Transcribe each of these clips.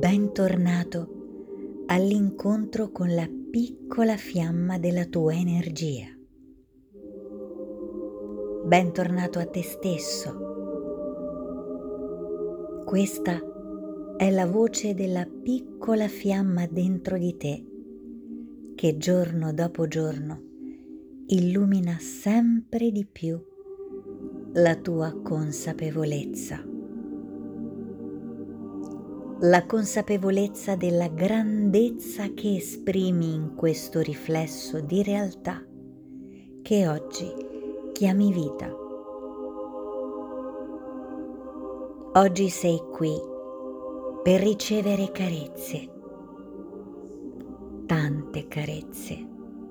Bentornato all'incontro con la piccola fiamma della tua energia. Bentornato a te stesso. Questa è la voce della piccola fiamma dentro di te che giorno dopo giorno illumina sempre di più la tua consapevolezza. La consapevolezza della grandezza che esprimi in questo riflesso di realtà che oggi chiami vita. Oggi sei qui per ricevere carezze, tante carezze,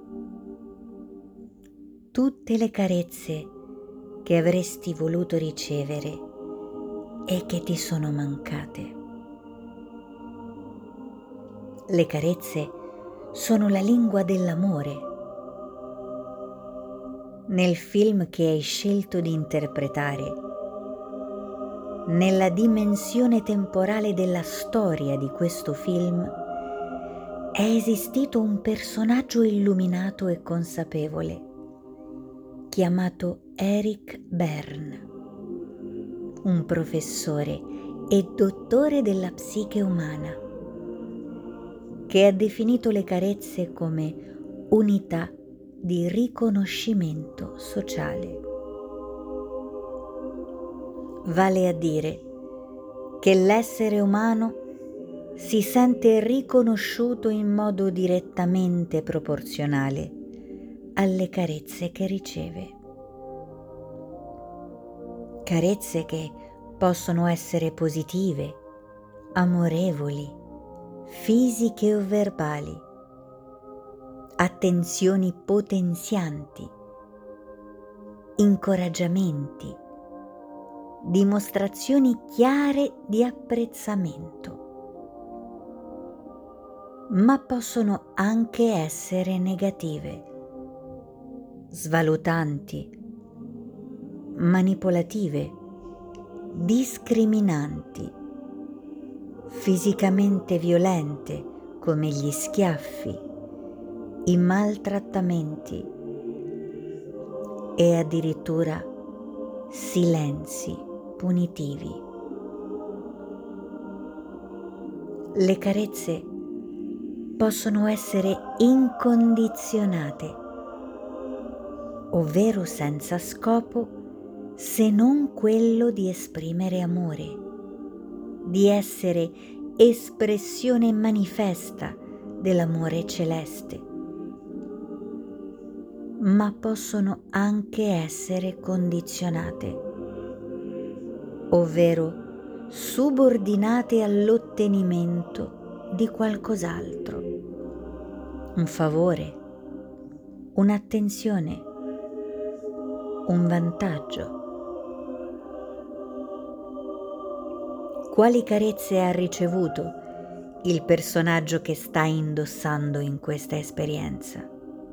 tutte le carezze che avresti voluto ricevere e che ti sono mancate. Le carezze sono la lingua dell'amore. Nel film che hai scelto di interpretare, nella dimensione temporale della storia di questo film, è esistito un personaggio illuminato e consapevole, chiamato Eric Berne, un professore e dottore della psiche umana, che ha definito le carezze come unità di riconoscimento sociale. Vale a dire che l'essere umano si sente riconosciuto in modo direttamente proporzionale alle carezze che riceve. Carezze che possono essere positive, amorevoli, fisiche o verbali, attenzioni potenzianti, incoraggiamenti, dimostrazioni chiare di apprezzamento, ma possono anche essere negative, svalutanti, manipolative, discriminanti, fisicamente violente come gli schiaffi, i maltrattamenti e addirittura silenzi punitivi. Le carezze possono essere incondizionate, ovvero senza scopo se non quello di esprimere amore, di essere espressione manifesta dell'amore celeste, ma possono anche essere condizionate, ovvero subordinate all'ottenimento di qualcos'altro, un favore, un'attenzione, un vantaggio. Quali carezze ha ricevuto il personaggio che stai indossando in questa esperienza?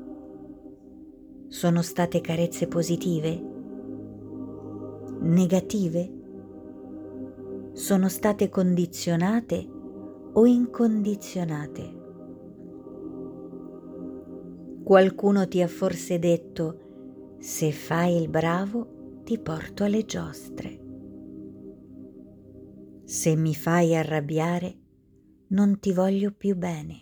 Sono state carezze positive? Negative? Sono state condizionate o incondizionate? Qualcuno ti ha forse detto: se fai il bravo ti porto alle giostre. Se mi fai arrabbiare non ti voglio più bene.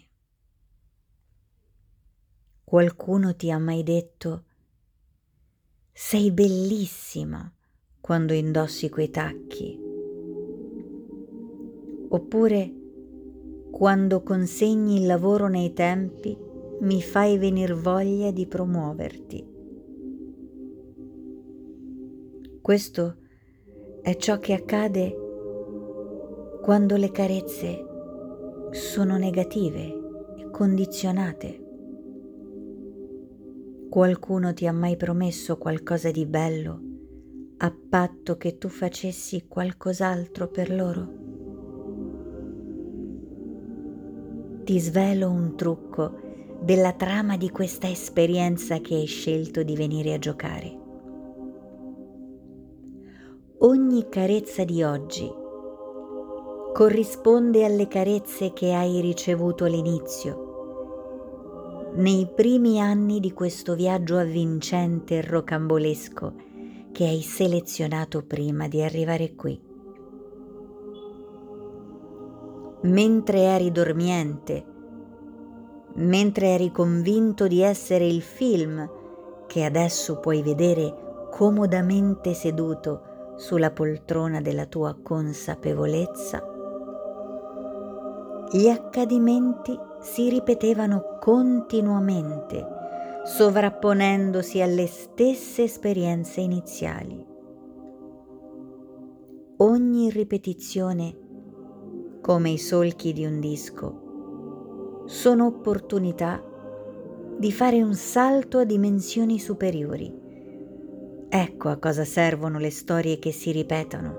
Qualcuno ti ha mai detto: sei bellissima quando indossi quei tacchi. Oppure, quando consegni il lavoro nei tempi, mi fai venir voglia di promuoverti. Questo è ciò che accade quando le carezze sono negative e condizionate. Qualcuno ti ha mai promesso qualcosa di bello a patto che tu facessi qualcos'altro per loro? Ti svelo un trucco della trama di questa esperienza che hai scelto di venire a giocare. Ogni carezza di oggi corrisponde alle carezze che hai ricevuto all'inizio, nei primi anni di questo viaggio avvincente e rocambolesco che hai selezionato prima di arrivare qui. Mentre eri dormiente, mentre eri convinto di essere il film che adesso puoi vedere comodamente seduto sulla poltrona della tua consapevolezza, gli accadimenti si ripetevano continuamente, sovrapponendosi alle stesse esperienze iniziali. Ogni ripetizione, come i solchi di un disco, sono opportunità di fare un salto a dimensioni superiori. Ecco a cosa servono le storie che si ripetono.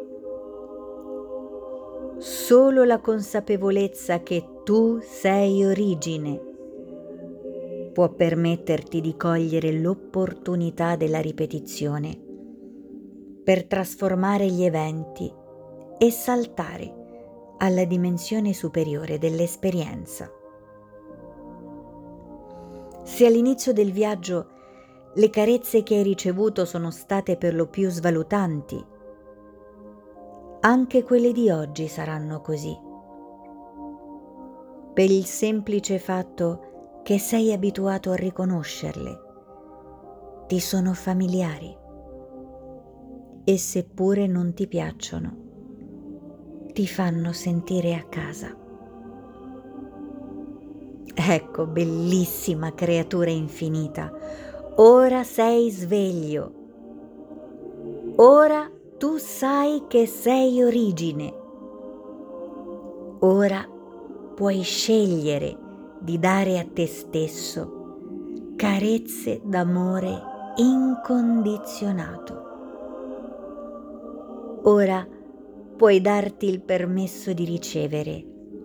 Solo la consapevolezza che tu sei origine può permetterti di cogliere l'opportunità della ripetizione per trasformare gli eventi e saltare alla dimensione superiore dell'esperienza. Se all'inizio del viaggio le carezze che hai ricevuto sono state per lo più svalutanti, anche quelle di oggi saranno così, per il semplice fatto che sei abituato a riconoscerle, ti sono familiari e seppure non ti piacciono, ti fanno sentire a casa. Ecco, bellissima creatura infinita, ora sei sveglio, ora tu sai che sei origine, ora puoi scegliere di dare a te stesso carezze d'amore incondizionato. Ora puoi darti il permesso di ricevere.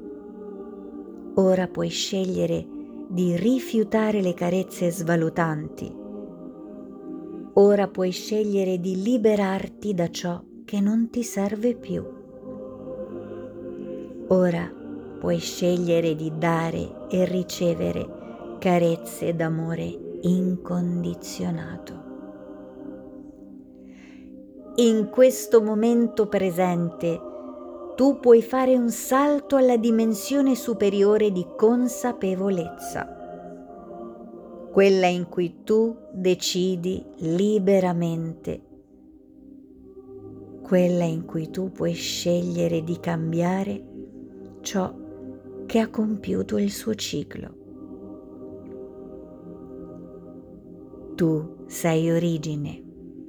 Ora puoi scegliere di rifiutare le carezze svalutanti. Ora puoi scegliere di liberarti da ciò che non ti serve più. Ora puoi scegliere di dare e ricevere carezze d'amore incondizionato. In questo momento presente tu puoi fare un salto alla dimensione superiore di consapevolezza, quella in cui tu decidi liberamente, quella in cui tu puoi scegliere di cambiare ciò che ha compiuto il suo ciclo. Tu sei origine.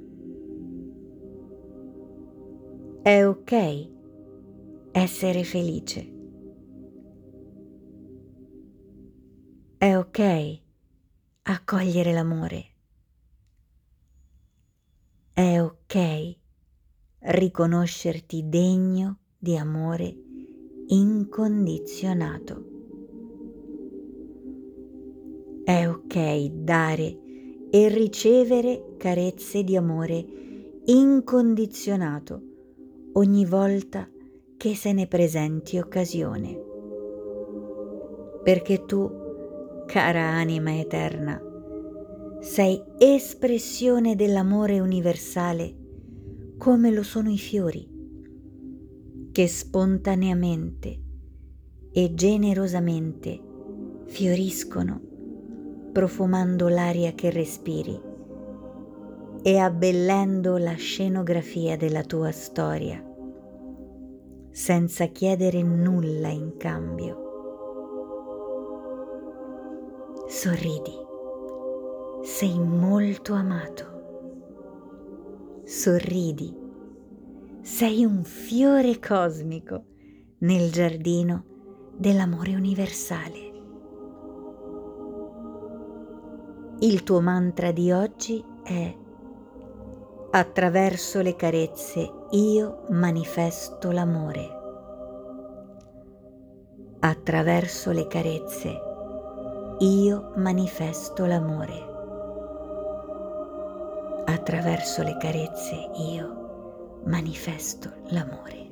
È ok essere felice. È ok accogliere l'amore. È ok riconoscerti degno di amore incondizionato. È ok dare e ricevere carezze di amore incondizionato ogni volta che se ne presenti occasione. Perché tu, cara anima eterna, sei espressione dell'amore universale come lo sono i fiori, che spontaneamente e generosamente fioriscono profumando l'aria che respiri e abbellendo la scenografia della tua storia, senza chiedere nulla in cambio. Sorridi, sei molto amato. Sorridi, sei un fiore cosmico nel giardino dell'amore universale. Il tuo mantra di oggi è: attraverso le carezze io manifesto l'amore. Attraverso le carezze io manifesto l'amore. Attraverso le carezze io manifesto l'amore.